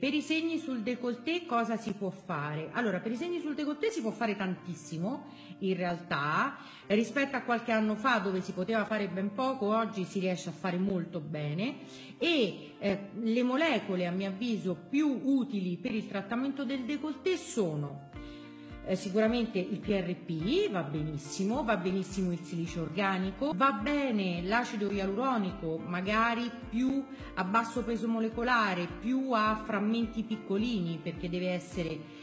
Per i segni sul décolleté cosa si può fare? Allora, per i segni sul décolleté si può fare tantissimo, in realtà, rispetto a qualche anno fa dove si poteva fare ben poco, oggi si riesce a fare molto bene e le molecole, a mio avviso, più utili per il trattamento del décolleté sono sicuramente il PRP, va benissimo il silicio organico, va bene l'acido ialuronico, magari più a basso peso molecolare, più a frammenti piccolini, perché deve essere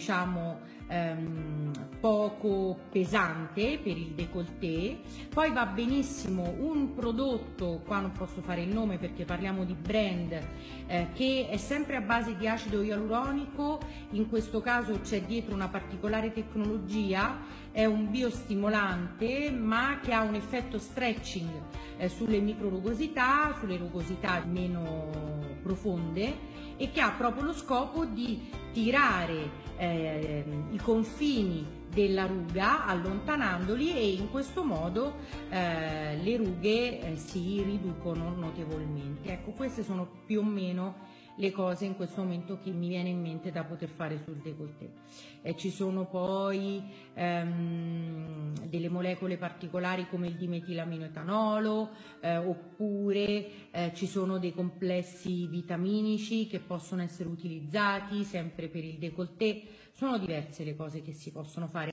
poco pesante per il décolleté. Poi va benissimo un prodotto, qua non posso fare il nome perché parliamo di brand, che è sempre a base di acido ialuronico, in questo caso c'è dietro una particolare tecnologia, è un biostimolante ma che ha un effetto stretching sulle microrugosità, sulle rugosità meno profonde, e che ha proprio lo scopo di tirare i confini della ruga allontanandoli, e in questo modo le rughe si riducono notevolmente. Ecco, queste sono più o meno le cose in questo momento che mi viene in mente da poter fare sul décolleté. Ci sono poi delle molecole particolari come il dimetilaminoetanolo, oppure ci sono dei complessi vitaminici che possono essere utilizzati sempre per il décolleté. Sono diverse le cose che si possono fare.